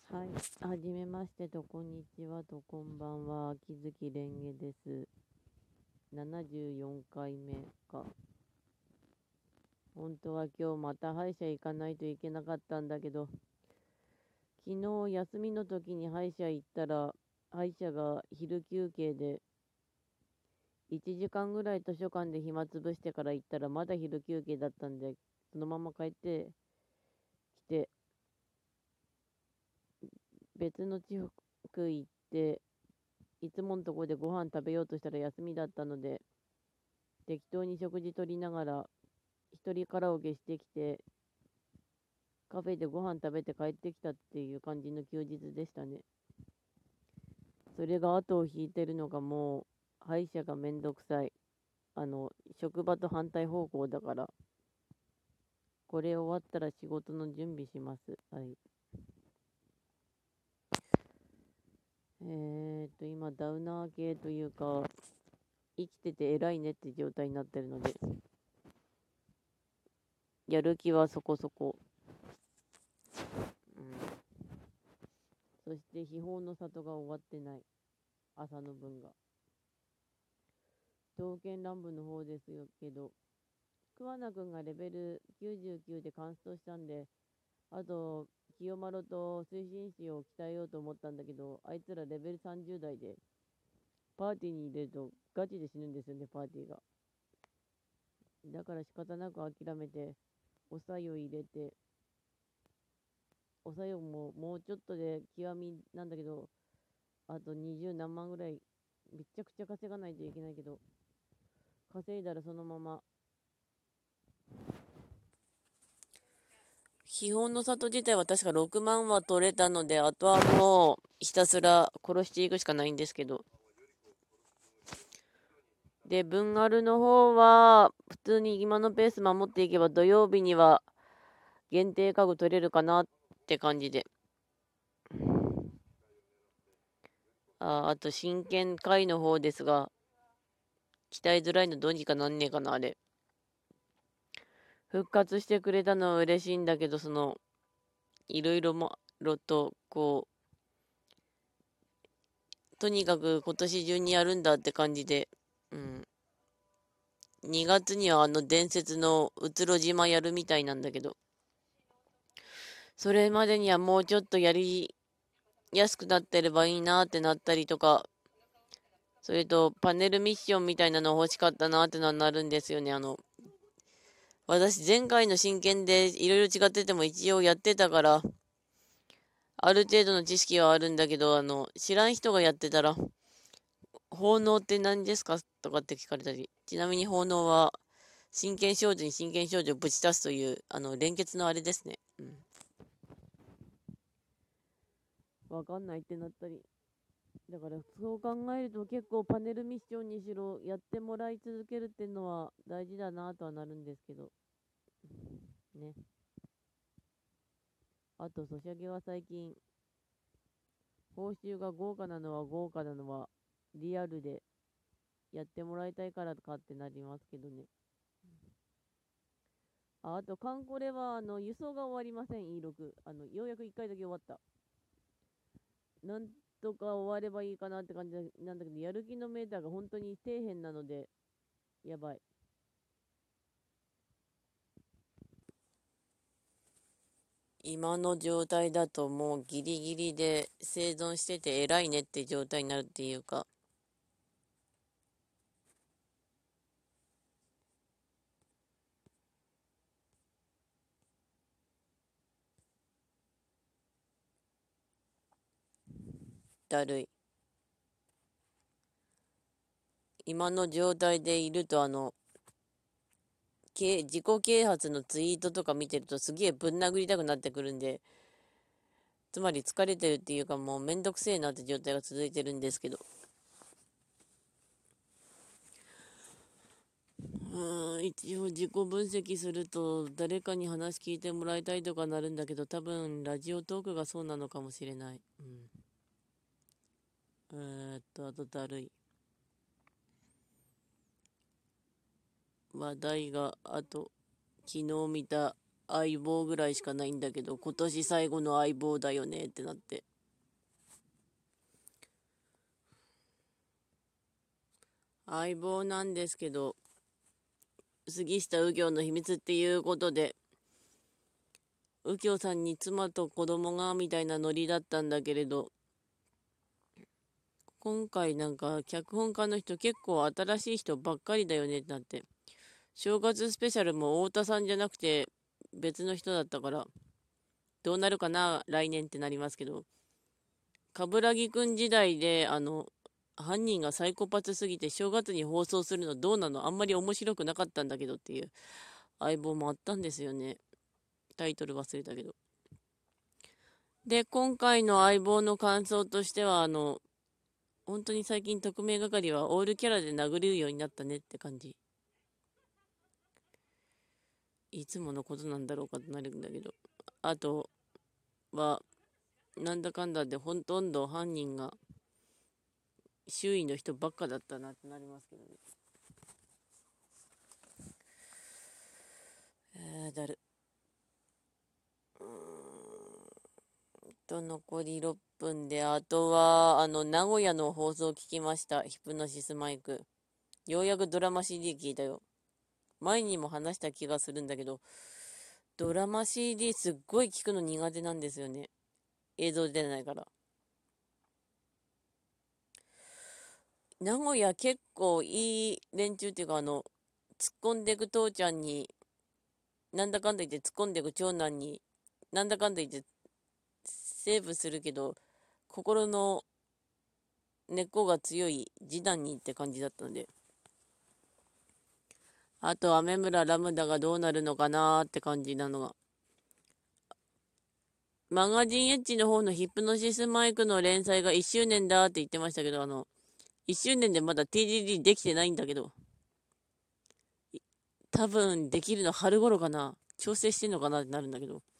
はい、はじめましてと、こんにちはと、こんばんは。秋月蓮華です。74回目か。本当は今日また歯医者行かないといけなかったんだけど、昨日休みの時に歯医者行ったら、歯医者が昼休憩で、1時間ぐらい図書館で暇つぶしてから行ったら、まだ昼休憩だったんで、そのまま帰ってきて、別の地区行って、いつものとこでご飯食べようとしたら休みだったので、適当に食事とりながら一人カラオケしてきて、カフェでご飯食べて帰ってきたっていう感じの休日でしたね。それが後を引いてるのがもう、歯医者がめんどくさい。職場と反対方向だから、これ終わったら仕事の準備します。はい。今、ダウナー系というか、生きてて偉いねって状態になってるので、やる気はそこそこ。うん。そして、秘宝の里が終わってない。朝の分が。刀剣乱舞の方ですよけど、桑名くんがレベル99で完走したんで、あと、清丸と推進士を鍛えようと思ったんだけど、あいつらレベル30代で、パーティーに入れるとガチで死ぬんですよね、パーティーが。だから仕方なく諦めて、おさよ入れて、おさよももうちょっとで極みなんだけど、あと20何万ぐらい、めちゃくちゃ稼がないといけないけど、稼いだらそのまま基本の里自体は確か6万は取れたので、あとはもうひたすら殺していくしかないんですけど。で、文アルの方は、普通に今のペース守っていけば土曜日には限定家具取れるかなって感じで。あと真剣会の方ですが、鍛えづらいのどうにかなんねえかな、あれ。復活してくれたのは嬉しいんだけど、いろいろもろと、とにかく今年中にやるんだって感じで、うん。2月には伝説のうつろ島やるみたいなんだけど、それまでにはもうちょっとやりやすくなってればいいなってなったりとか、それとパネルミッションみたいなの欲しかったなってのはなるんですよね。私前回の真剣でいろいろ違ってても一応やってたから、ある程度の知識はあるんだけど、知らん人がやってたら、奉納って何ですかとかって聞かれたり、ちなみに奉納は、真剣少女に真剣少女をぶち出すという、連結のあれですね。うん。わかんないってなったり。だからそう考えると結構パネルミッションにしろやってもらい続けるっていうのは大事だなとはなるんですけど。ね。あと、ソシャゲは最近、報酬が豪華なのは豪華なのはリアルでやってもらいたいからかってなりますけどね。あと、カンコレは輸送が終わりません、E6。ようやく1回だけ終わった。なんとか終わればいいかなって感じなんだけど、やる気のメーターが本当に底辺なので、やばい。今の状態だともうギリギリで生存してて偉いねって状態になるっていうか、だるい。今の状態でいると自己啓発のツイートとか見てるとすげえぶん殴りたくなってくるんで、つまり疲れてるっていうかもうめんどくせえなって状態が続いてるんですけど。一応自己分析すると誰かに話聞いてもらいたいとかなるんだけど、多分ラジオトークがそうなのかもしれない。うん。あとだるい。話題が、あと、昨日見た相棒ぐらいしかないんだけど、今年最後の相棒だよねってなって。相棒なんですけど、杉下右京の秘密っていうことで、右京さんに妻と子供がみたいなノリだったんだけれど、今回なんか脚本家の人結構新しい人ばっかりだよねってなって、正月スペシャルも太田さんじゃなくて別の人だったから、どうなるかな来年ってなりますけど、冠城くん時代で犯人がサイコパスすぎて正月に放送するのどうなの、あんまり面白くなかったんだけどっていう相棒もあったんですよね。タイトル忘れたけど。で、今回の相棒の感想としては、本当に最近特命係はオールキャラで殴れるようになったねって感じ。いつものことなんだろうかとなるんだけど。あとは、なんだかんだでほとんど犯人が周囲の人ばっかだったなってなりますけどね。だる。残り6分で、あとは、名古屋の放送を聞きました。ヒプノシスマイク。ようやくドラマ CD 聞いたよ。前にも話した気がするんだけど、ドラマ CD すっごい聞くの苦手なんですよね。映像出ないから。名古屋結構いい連中っていうか、突っ込んでいく父ちゃんに、なんだかんだ言って突っ込んでいく長男に、なんだかんだ言ってセーブするけど、心の根っこが強い次男にって感じだったので。あと、雨村ラムダがどうなるのかなーって感じなのが。マガジンエッジの方のヒプノシスマイクの連載が1周年だって言ってましたけど、1周年でまだ TGD できてないんだけど、多分できるの春頃かな。調整してんのかなってなるんだけど。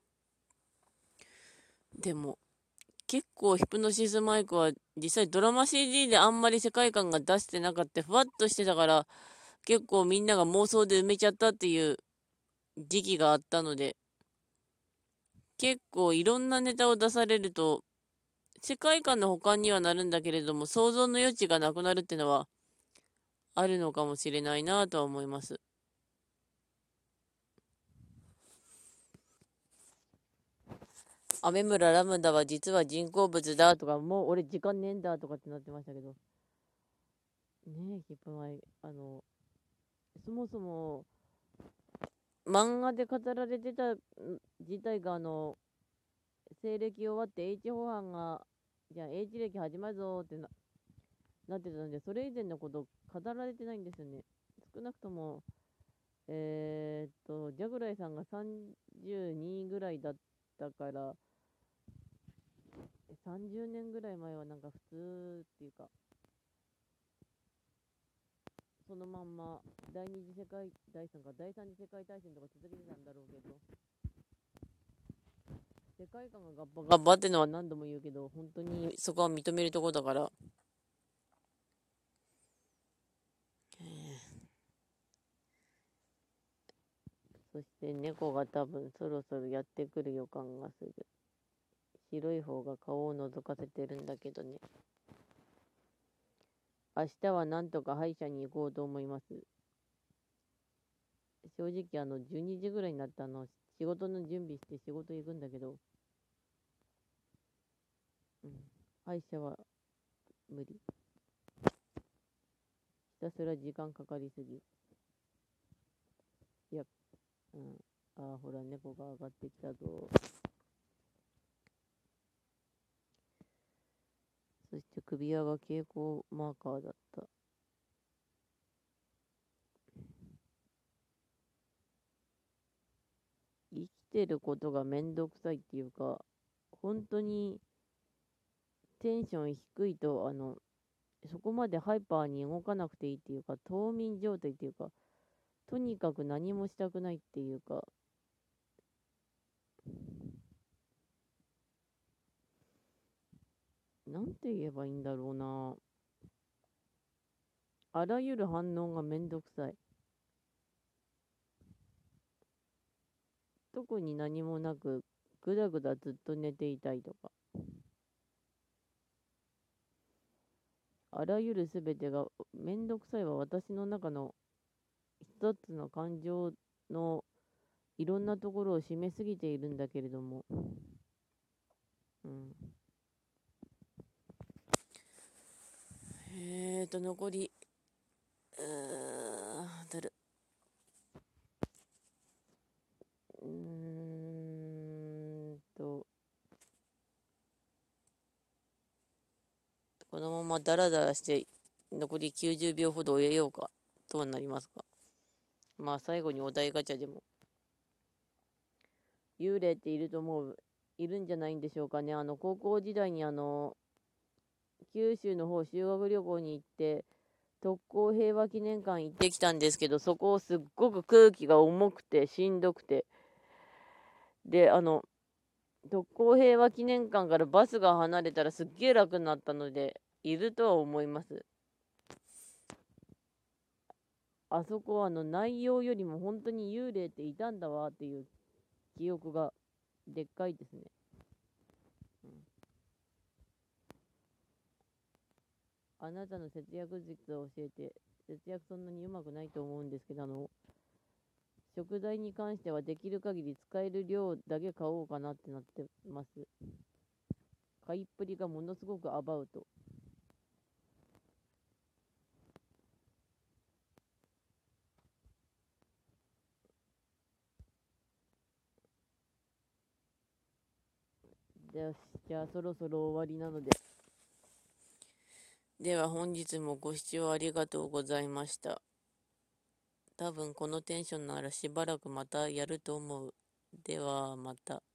でも、結構ヒプノシスマイクは実際ドラマ CD であんまり世界観が出してなかった、ふわっとしてたから、結構みんなが妄想で埋めちゃったっていう時期があったので、結構いろんなネタを出されると、世界観の補完にはなるんだけれども、想像の余地がなくなるっていうのはあるのかもしれないなとは思います。雨村ラムダは実は人工物だとか、もう俺時間ねえんだとかってなってましたけど、ねえ、ヒップマイ、そもそも漫画で語られてた自体が西暦終わって H 法犯が、じゃあ H 歴始まるぞってなってたんで、それ以前のこと語られてないんですよね。少なくとも、ジャグライさんが32ぐらいだったから、30年ぐらい前はなんか普通っていうか、そのまんま第二次世界大戦か第三次世界大戦とか続けてたんだろうけど、世界観がガッバガッバってのは何度も言うけど、本当にそこは認めるところだから、そして猫が多分そろそろやってくる予感がする。白い方が顔を覗かせてるんだけどね。明日はなんとか歯医者に行こうと思います。正直12時ぐらいになった仕事の準備して仕事行くんだけど、うん、歯医者は無理。ひたすら時間かかりすぎ。いや、うん。ああ、ほら、猫が上がってきたぞ。そして首輪が蛍光マーカーだった。生きてることがめんどくさいっていうか、本当にテンション低いと、そこまでハイパーに動かなくていいっていうか、冬眠状態っていうか、とにかく何もしたくないっていうか、なんて言えばいいんだろうな。あらゆる反応がめんどくさい。 特に何もなく、ぐだぐだずっと寝ていたいとか、あらゆるすべてがめんどくさいは私の中の一つの感情のいろんなところを占めすぎているんだけれども、うん。残り、だる、うーんと、このままダラダラして残り90秒ほど終えようか。どうなりますか。まあ最後にお題ガチャでも。幽霊っていると思う、いるんじゃないんでしょうかね。高校時代に九州の方修学旅行に行って、特攻平和記念館行ってきたんですけど、そこすっごく空気が重くてしんどくて、で、特攻平和記念館からバスが離れたらすっげえ楽になったので、いるとは思います。あそこは内容よりも本当に幽霊っていたんだわっていう記憶がでっかいですね。うん、あなたの節約術を教えて、節約そんなにうまくないと思うんですけど、食材に関してはできる限り使える量だけ買おうかなってなってます。買いっぷりがものすごくアバウト。よし、じゃあそろそろ終わりなので。では本日もご視聴ありがとうございました。多分このテンションならしばらくまたやると思う。ではまた。